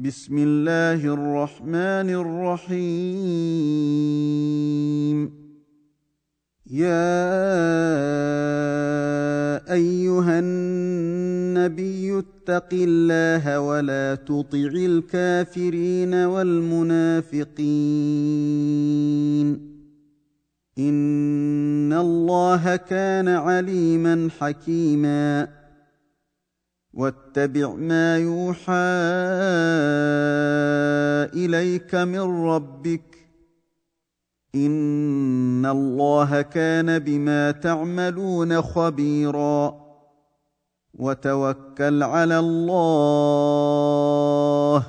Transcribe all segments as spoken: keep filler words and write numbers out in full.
بسم الله الرحمن الرحيم. يا أيها النبي اتق الله ولا تطع الكافرين والمنافقين إن الله كان عليما حكيما. واتبع ما يوحى إليك من ربك إن الله كان بما تعملون خبيرا. وتوكل على الله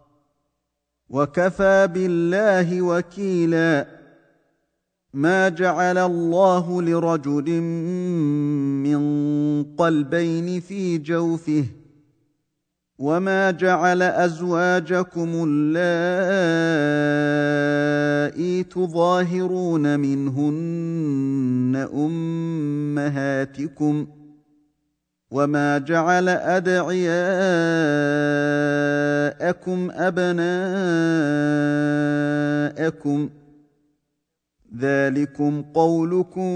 وكفى بالله وكيلا. ما جعل الله لرجل من قلبين في جوفه وما جعل أزواجكم اللائي تظاهرون منهن أمهاتكم وما جعل أدعياءكم أبناءكم ذلكم قولكم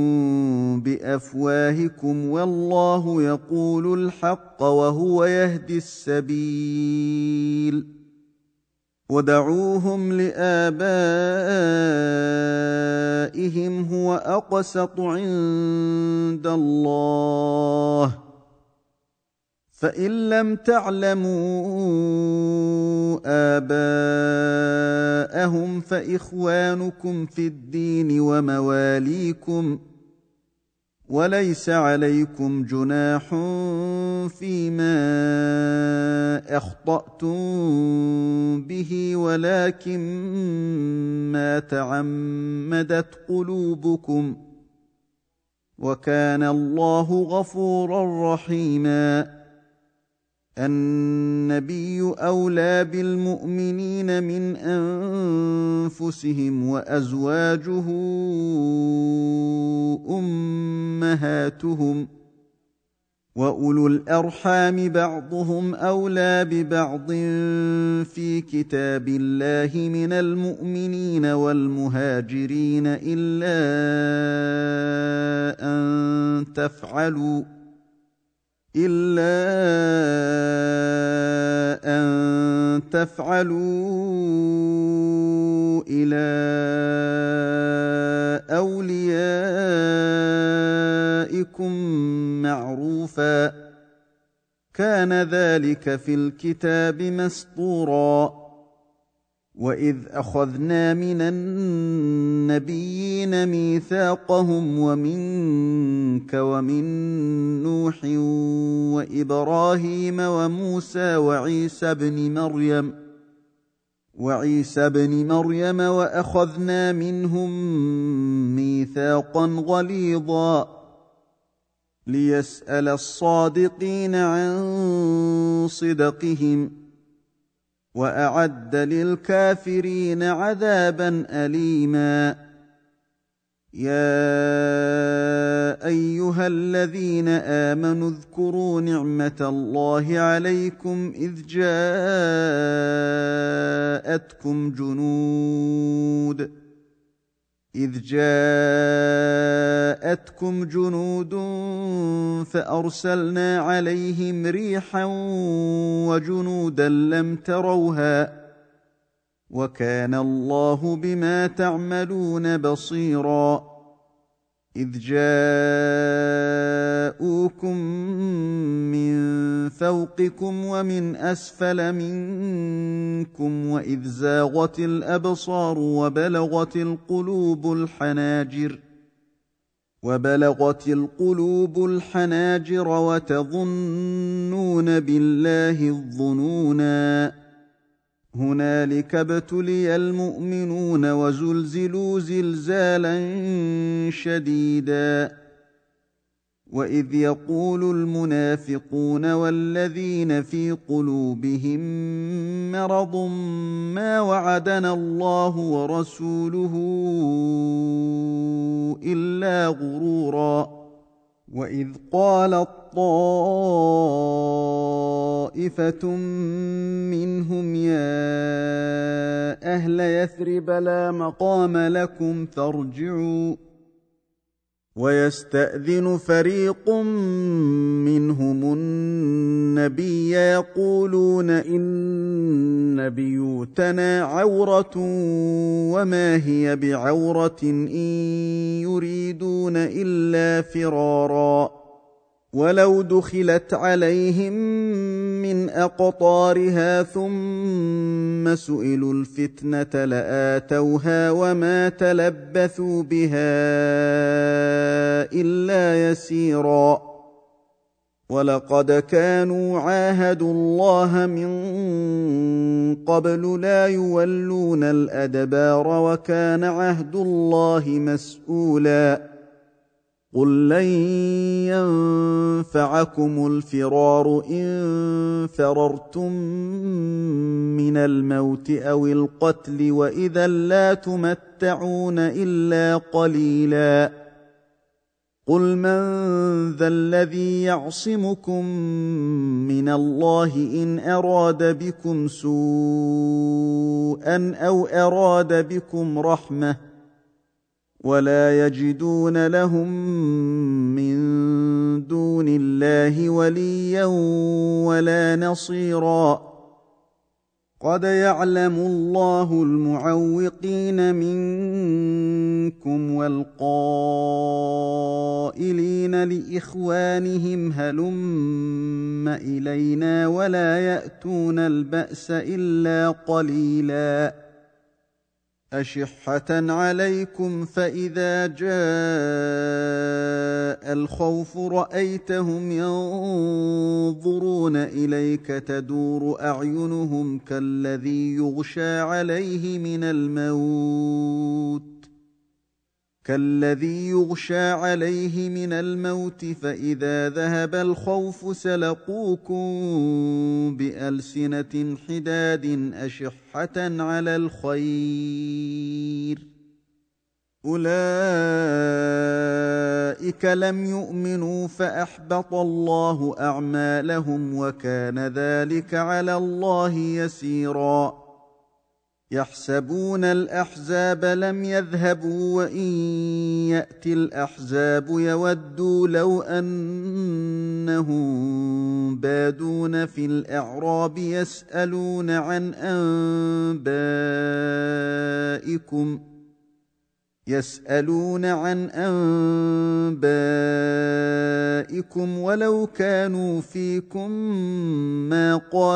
بأفواهكم والله يقول الحق وهو يهدي السبيل. ودعوهم لآبائهم هو أقسط عند الله فإن لم تعلموا آباءهم فإخوانكم في الدين ومواليكم وليس عليكم جناح فيما أخطأتم به ولكن ما تعمدت قلوبكم وكان الله غفورا رحيما. النبي أولى بالمؤمنين من أنفسهم وأزواجه أمهاتهم وأولو الأرحام بعضهم أولى ببعض في كتاب الله من المؤمنين والمهاجرين إلا أن تفعلوا إلا أن تفعلوا إلى أوليائكم معروفا كان ذلك في الكتاب مسطورا. وإذ أخذنا من النبيين ميثاقهم ومنك ومن نوح وإبراهيم وموسى وعيسى بن مريم وعيسى بن مريم وأخذنا منهم ميثاقا غليظا ليسأل الصادقين عن صدقهم وأعد للكافرين عذابا أليما. يا أيها الذين آمنوا اذكروا نعمة الله عليكم إذ جاءتكم جنود إذ جاءتكم جنود فأرسلنا عليهم ريحا وجنودا لم تروها وكان الله بما تعملون بصيرا. إذ جاءوكم من فوقكم ومن أسفل منكم وإذ زاغت الأبصار وبلغت القلوب الحناجر وبلغت القلوب الحناجر وتظنون بالله الظنونا. هنالك ابتلي المؤمنون وزلزلوا زلزالا شديدا. وإذ يقول المنافقون والذين في قلوبهم مرض ما وعدنا الله ورسوله إلا غرورا. وإذ قالت طائفة منهم يا أهل يثرب لا مقام لكم فارجعوا ويستأذن فريق منهم النبي يقولون إن بيوتنا عورة وما هي بعورة إن يريدون إلا فرارا ولو دخلت عليهم من أقطارها ثم سئلوا الفتنة لآتوها وما تلبثوا بها إلا يسيرا ولقد كانوا عاهدوا الله من قبل لا يولون الأدبار وكان عهد الله مسؤولا قل لن ينفعكم الفرار إن فررتم من الموت أو القتل وإذا لا تمتعون إلا قليلا قل من ذا الذي يعصمكم من الله إن أراد بكم سوءا أو أراد بكم رحمة ولا يجدون لهم من دون الله وليا ولا نصيرا قد يعلم الله المعوقين منكم والقائلين لإخوانهم هلم إلينا ولا يأتون البأس إلا قليلا أشحة عليكم فإذا جاء الخوف رأيتهم ينظرون إليك تدور أعينهم كالذي يغشى عليه من الموت كالذي يغشى عليه من الموت فإذا ذهب الخوف سلقوكم بألسنة حداد أشحة على الخير أولئك لم يؤمنوا فأحبط الله أعمالهم وكان ذلك على الله يسيرا يحسبون الأحزاب لم يذهبوا وإن يأتي الأحزاب يودوا لو أنهم بادون في الأعراب يسألون عن أنبائكم يسألون عن أنبائكم ولو كانوا فيكم ما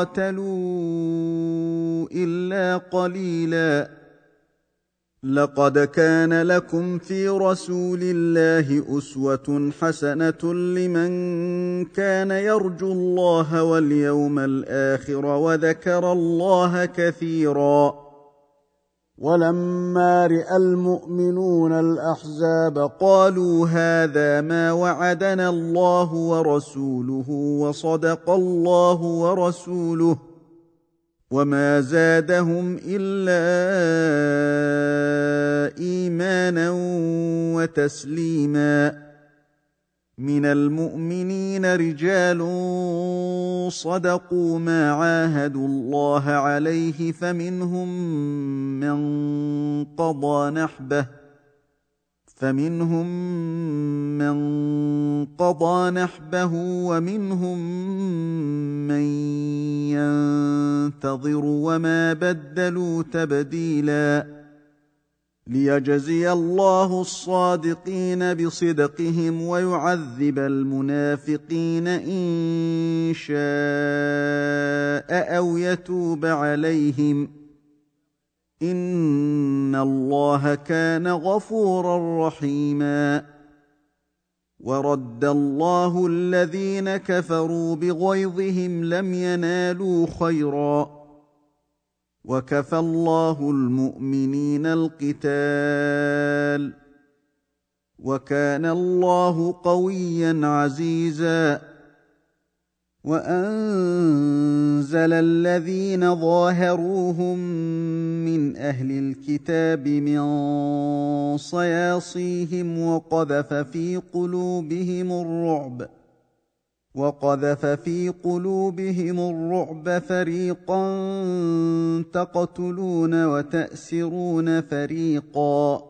قاتلوا إلا قليلا لقد كان لكم في رسول الله أسوة حسنة لمن كان يرجو الله واليوم الآخر وذكر الله كثيرا ولما رأى المؤمنون الأحزاب قالوا هذا ما وعدنا الله ورسوله وصدق الله ورسوله وما زادهم إلا إيمانا وتسليما من المؤمنين رجال صدقوا ما عاهدوا الله عليه فمنهم من قضى نحبه فمنهم من قضى نحبه ومنهم من ينتظر وما بدلوا تبديلا ليجزي الله الصادقين بصدقهم ويعذب المنافقين إن شاء أو يتوب عليهم إن الله كان غفورا رحيما ورد الله الذين كفروا بغيظهم لم ينالوا خيرا وكفى الله المؤمنين القتال وكان الله قويا عزيزا وأنزل الذين ظاهروهم من أهل الكتاب من صياصيهم وقذف في قلوبهم الرعب وقذف في قلوبهم الرعب فريقا تقتلون وتأسرون فريقا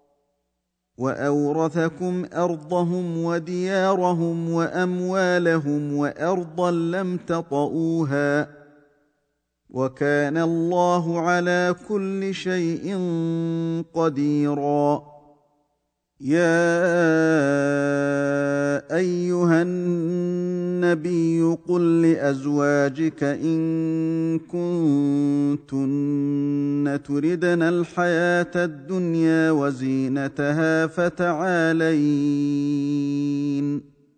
وأورثكم أرضهم وديارهم وأموالهم وأرضا لم تطئوها وكان الله على كل شيء قديرا. يا أيها النبي قل لأزواجك إن كنتن تردن الحياة الدنيا وزينتها فتعالين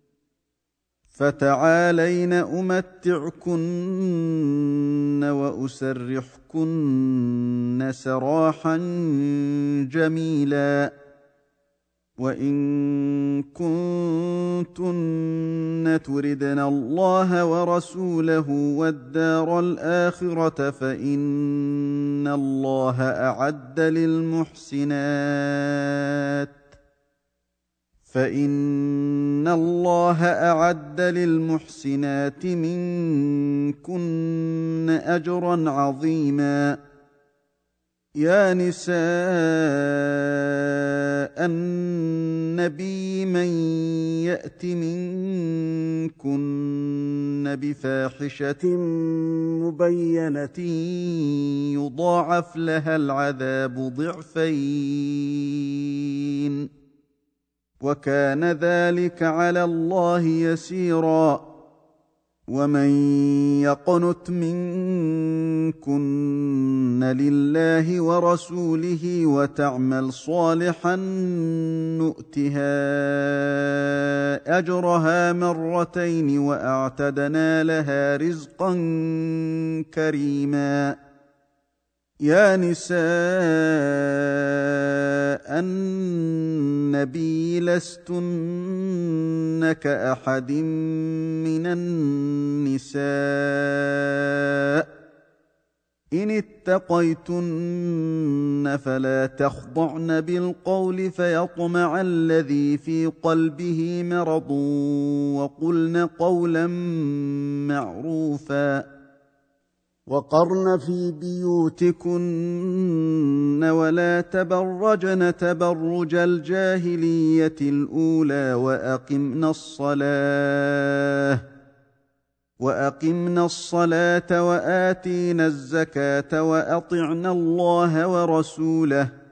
فتعالين أمتعكن وأسرحكن سراحا جميلا. وإن كنتن تردن الله ورسوله والدار الآخرة فإن الله أعد للمحسنات فإن الله أعد للمحسنات منكن أجرا عظيما. يا نساء النبي من يأت منكن بفاحشة مبينة يضاعف لها العذاب ضعفين وكان ذلك على الله يسيرا. ومن يقنت منكن لله ورسوله وتعمل صالحا نؤتها أجرها مرتين وأعتدنا لها رزقا كريما. يا نساء النبي لستن كأحد من النساء إن اتقيتن فلا تخضعن بالقول فيطمع الذي في قلبه مرض وقلن قولا معروفا. وقرن في بيوتكن ولا تبرجن تبرج الجاهلية الأولى وأقمنا الصلاة وأقمنا الصلاة وآتينا الزكاة وأطعنا الله ورسوله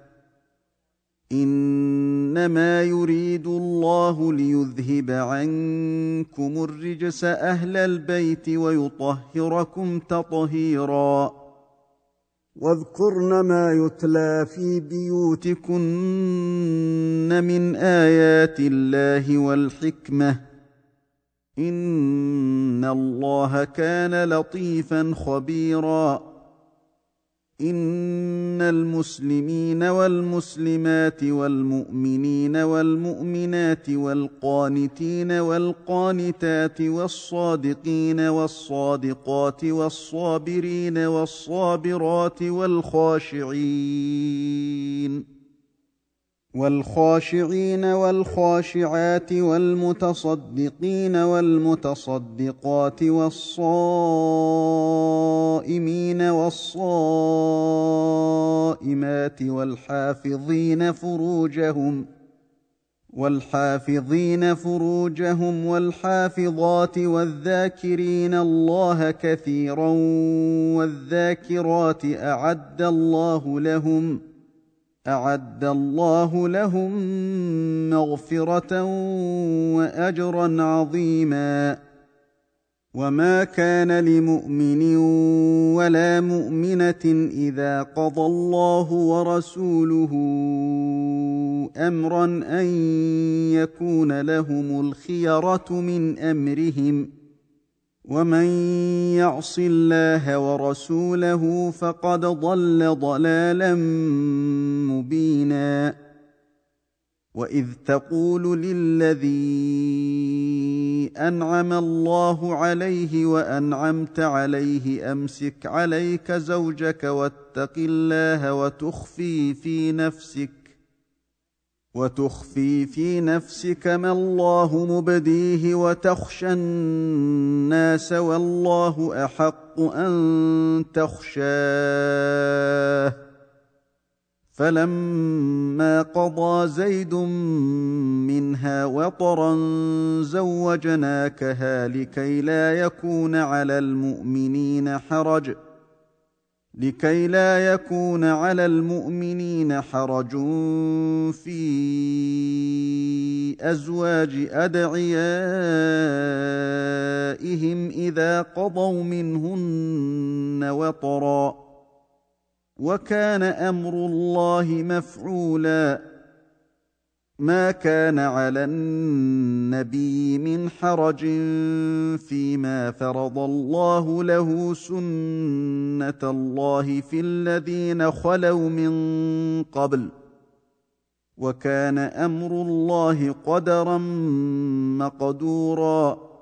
إنما يريد الله ليذهب عنكم الرجس أهل البيت ويطهركم تطهيرا. واذكرن ما يتلى في بيوتكن من آيات الله والحكمة إن الله كان لطيفا خبيرا. إن المسلمين والمسلمات والمؤمنين والمؤمنات والقانتين والقانتات والصادقين والصادقات والصابرين والصابرات والخاشعين والخاشعين والخاشعات والمتصدقين والمتصدقات والصائمين والصائمات والحافظين فروجهم والحافظين فروجهم والحافظات والذاكرين الله كثيرا والذاكرات أعد الله لهم أعد الله لهم مغفرة وأجرا عظيما. وما كان لمؤمن ولا مؤمنة إذا قضى الله ورسوله أمرا أن يكون لهم الخيرة من أمرهم ومن يعص الله ورسوله فقد ضل ضلالا مبينا. وإذ تقول للذي أنعم الله عليه وأنعمت عليه أمسك عليك زوجك واتق الله وتخفي في نفسك وتخفي في نفسك ما الله مبديه وتخشى الناس والله أحق أن تخشاه. فلما قضى زيد منها وطرا زوجناكها لكي لا يكون على المؤمنين حرج لكي لا يكون على المؤمنين حرج في أزواج أدعيائهم إذا قضوا منهن وطرا، وكان أمر الله مفعولا. ما كان على النبي من حرج فيما فرض الله له، سنة الله في الذين خلوا من قبل، وكان أمر الله قدرا مقدورا.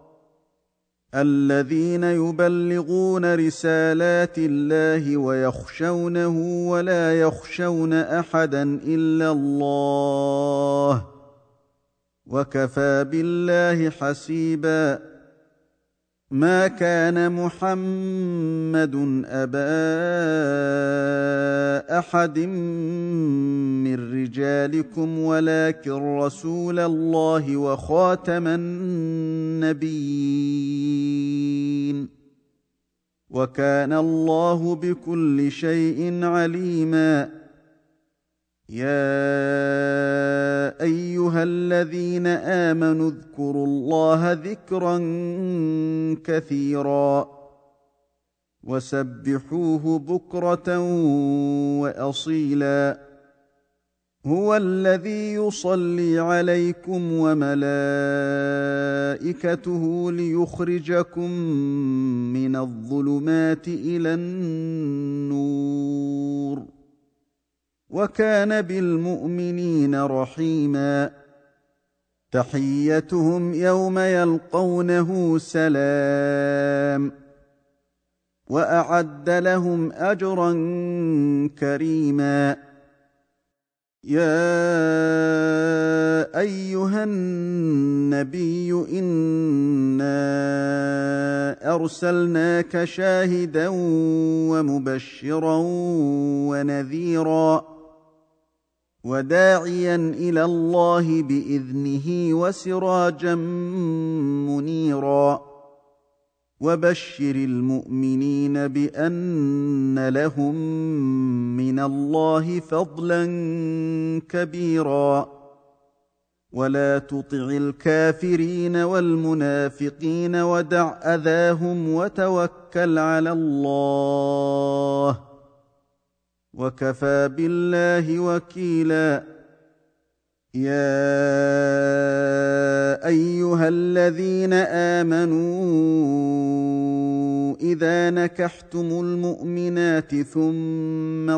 الذين يبلغون رسالات الله ويخشونه ولا يخشون أحدا إلا الله، وكفى بالله حسيبا. ما كان محمد أبا أحد من رجالكم ولكن رسول الله وخاتم النبيين، وكان الله بكل شيء عليما. يا أيها الذين آمنوا اذكروا الله ذكرا كثيرا وسبحوه بكرة وأصيلا. هو الذي يصلي عليكم وملائكته ليخرجكم من الظلمات إلى النور، وكان بالمؤمنين رحيما. تحيتهم يوم يلقونه سلام، وأعد لهم أجرا كريما. يا أيها النبي إنا أرسلناك شاهدا ومبشرا ونذيرا وداعيا إلى الله بإذنه وسراجا منيرا. وبشر المؤمنين بأن لهم من الله فضلا كبيرا. ولا تطع الكافرين والمنافقين ودع أذاهم وتوكل على الله، وكفى بالله وكيلا. يا أيها الذين آمنوا إذا نكحتم المؤمنات ثم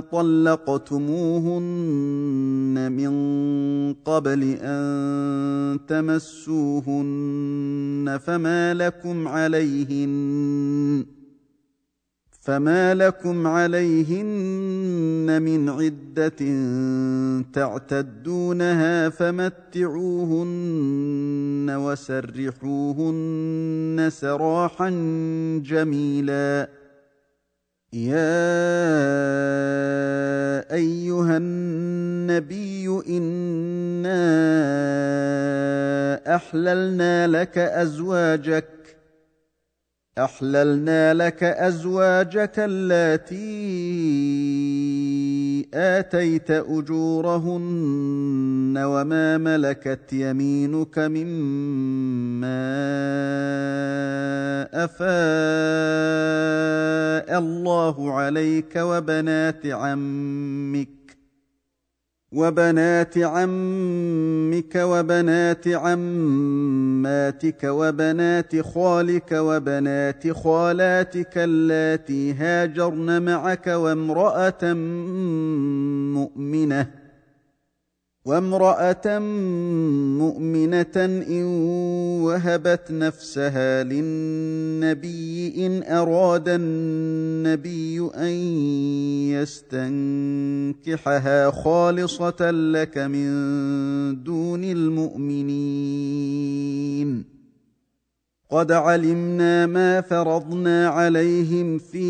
طلقتموهن من قبل أن تمسوهن فما لكم عليهن فما لكم عليهن من عدة تعتدونها فمتعوهن وسرحوهن سراحا جميلا. يا أيها النبي إنا أحللنا لك أزواجك أحللنا لك أزواجك اللاتي آتيت أجورهن وما ملكت يمينك مما أفاء الله عليك وبنات عمك وبنات عمك وبنات عماتك وبنات خالك وبنات خالاتك اللاتي هاجرن معك وامرأة مؤمنة وامرأة مؤمنة إن وهبت نفسها للنبي إن أراد النبي أن يستنكحها خالصة لك من دون المؤمنين قد علمنا ما فرضنا عليهم في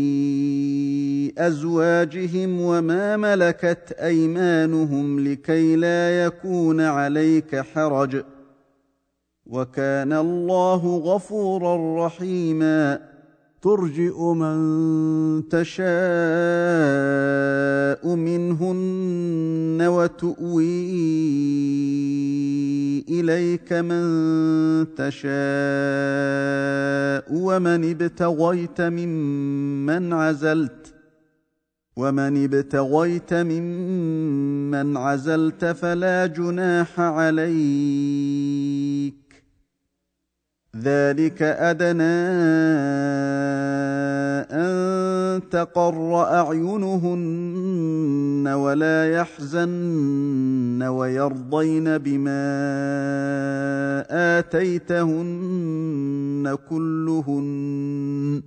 أزواجهم وما ملكت أيمانهم لكي لا يكون عليك حرج وكان الله غفورا رحيما ترجئ من تشاء منهن وتؤوي إليك من تشاء ومن ابتغيت ممن عزلت ومن ابتغيت ممن عزلت فلا جناح عليك ذلك أدنى أن تقر أعينهن ولا يحزن ويرضين بما آتيتهن كلهن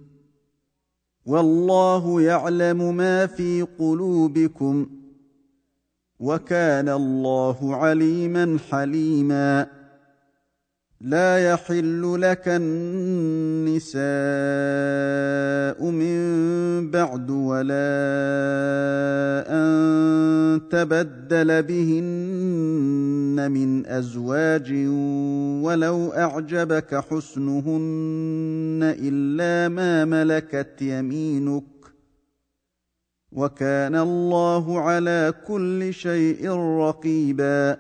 والله يعلم ما في قلوبكم وكان الله عليما حليما لا يحل لك النساء من بعد ولا أن تبدل بهن من أزواج ولو أعجبك حسنهن إلا ما ملكت يمينك وكان الله على كل شيء رقيبا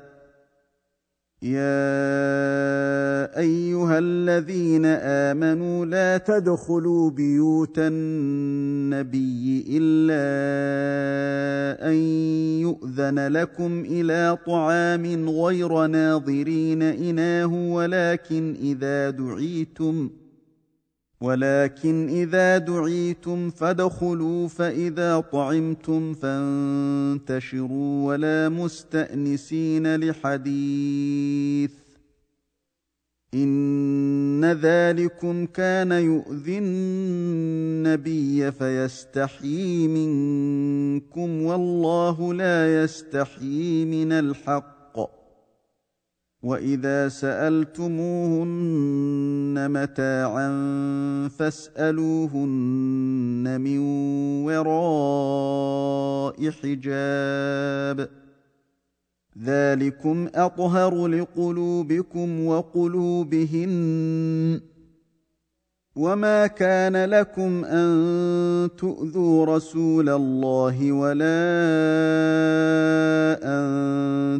يا أيها الذين آمنوا لا تدخلوا بيوت النبي إلا أن يؤذن لكم إلى طعام غير ناظرين إناه ولكن إذا دعيتم ولكن إذا دعيتم فادخلوا فإذا طعمتم فانتشروا ولا مستأنسين لحديث إن ذلكم كان يؤذي النبي فيستحيي منكم والله لا يستحيي من الحق وإذا سألتموهن متاعا فاسألوهن من وراء حجاب ذلكم أطهر لقلوبكم وقلوبهن وما كان لكم أن تؤذوا رسول الله ولا أن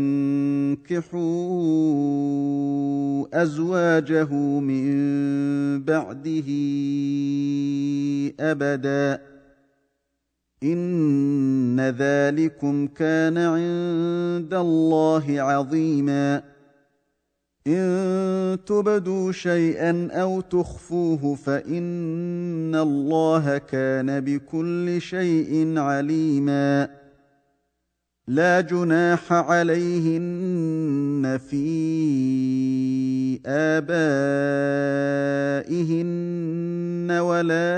تنكحوا أزواجه من بعده أبدا إن ذلكم كان عند الله عظيما إن تبدوا شيئا أو تخفوه فإن الله كان بكل شيء عليما لا جناح عليهن في آبائهن ولا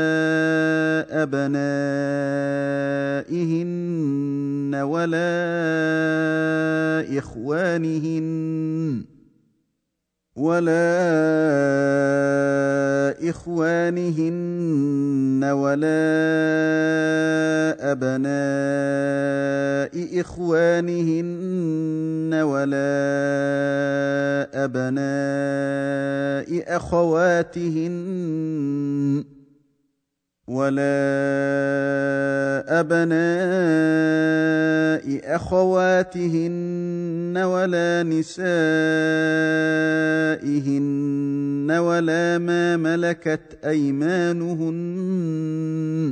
أبنائهن ولا إخوانهن ولا إخوانهن ولا أبناء إخوانهن ولا أبناء أخواتهن ولا أبناء أخواتهن ولا نسائهن ولا ما ملكت أيمانهن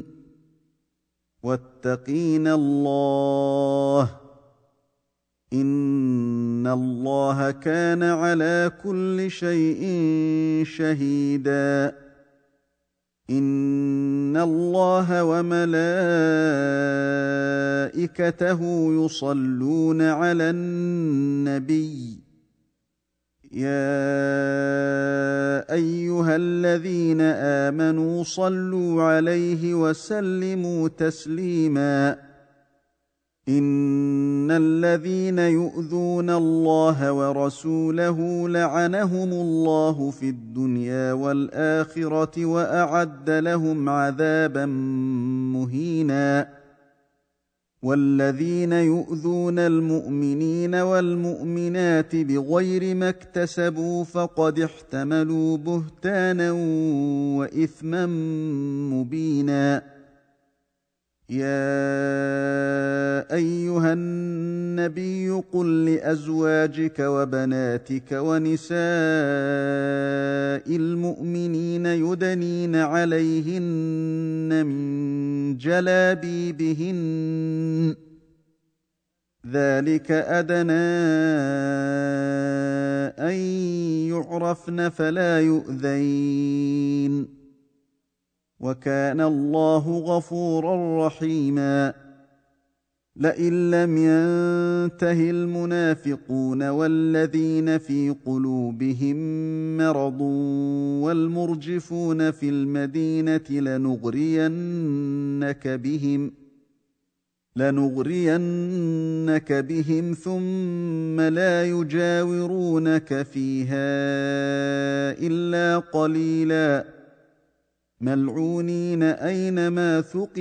واتقين الله إن الله كان على كل شيء شهيدا إن الله وملائكته يصلون على النبي يا أيها الذين آمنوا صلوا عليه وسلموا تسليما إن الذين يؤذون الله ورسوله لعنهم الله في الدنيا والآخرة وأعد لهم عذابا مهينا والذين يؤذون المؤمنين والمؤمنات بغير ما اكتسبوا فقد احتملوا بهتانا وإثما مبينا يا أيها النبي قل لأزواجك وبناتك ونساء المؤمنين يدنين عليهن من جلابيبهن ذلك أدنى أن يعرفن فلا يؤذين وكان الله غفورا رحيما لئن لم ينته المنافقون والذين في قلوبهم مرض والمرجفون في المدينة لنغرينك بهم لنغرينك بهم ثم لا يجاورونك فيها إلا قليلا ملعونين أينما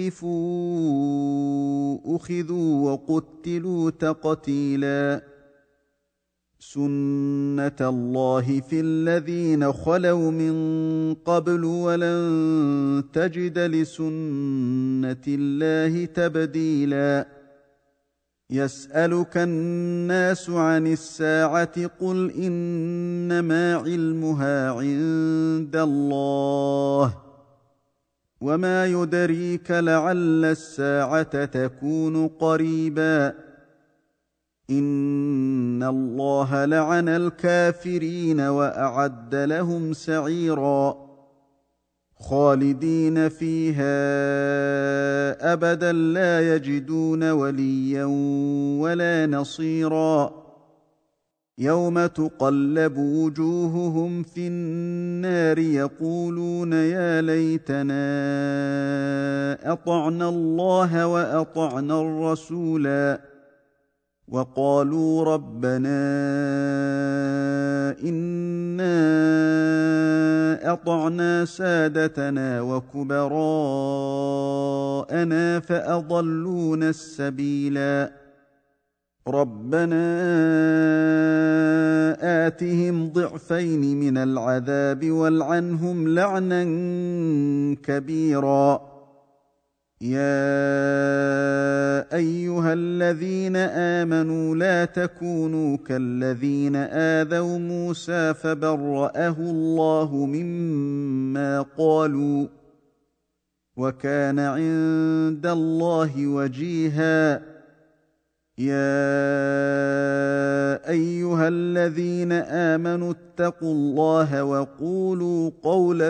ثقفوا أخذوا وقتلوا تقتيلا سنة الله في الذين خلوا من قبل ولن تجد لسنة الله تبديلا يسألك الناس عن الساعة قل إنما علمها عند الله وما يدريك لعل الساعة تكون قريبا إن الله لعن الكافرين وأعد لهم سعيرا خالدين فيها أبدا لا يجدون وليا ولا نصيرا يوم تقلب وجوههم في النار يقولون يا ليتنا أطعنا الله وأطعنا الرسولا وقالوا ربنا إنا أطعنا سادتنا وكبراءنا فأضلونا السبيلا ربنا آتهم ضعفين من العذاب والعنهم لعنا كبيرا يا أيها الذين آمنوا لا تكونوا كالذين آذوا موسى فبرأه الله مما قالوا وكان عند الله وجيها يا أيها الذين آمنوا اتقوا الله وقولوا قولا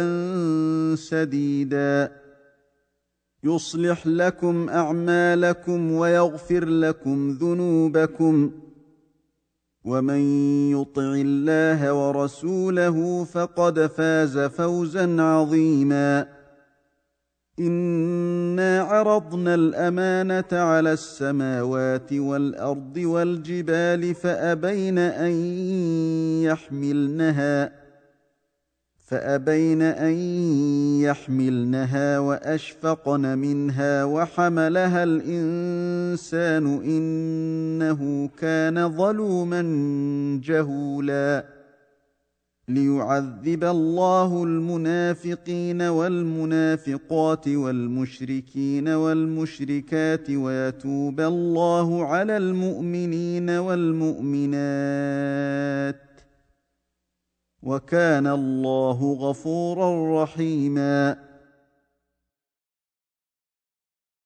سديدا يصلح لكم أعمالكم ويغفر لكم ذنوبكم ومن يطع الله ورسوله فقد فاز فوزا عظيما إنا عرضنا الأمانة على السماوات والأرض والجبال فأبين أن يحملنها فأبين أن يحملنها وأشفقن منها وحملها الإنسان إنه كان ظلوما جهولا ليعذب الله المنافقين والمنافقات والمشركين والمشركات ويتوب الله على المؤمنين والمؤمنات وكان الله غفورا رحيما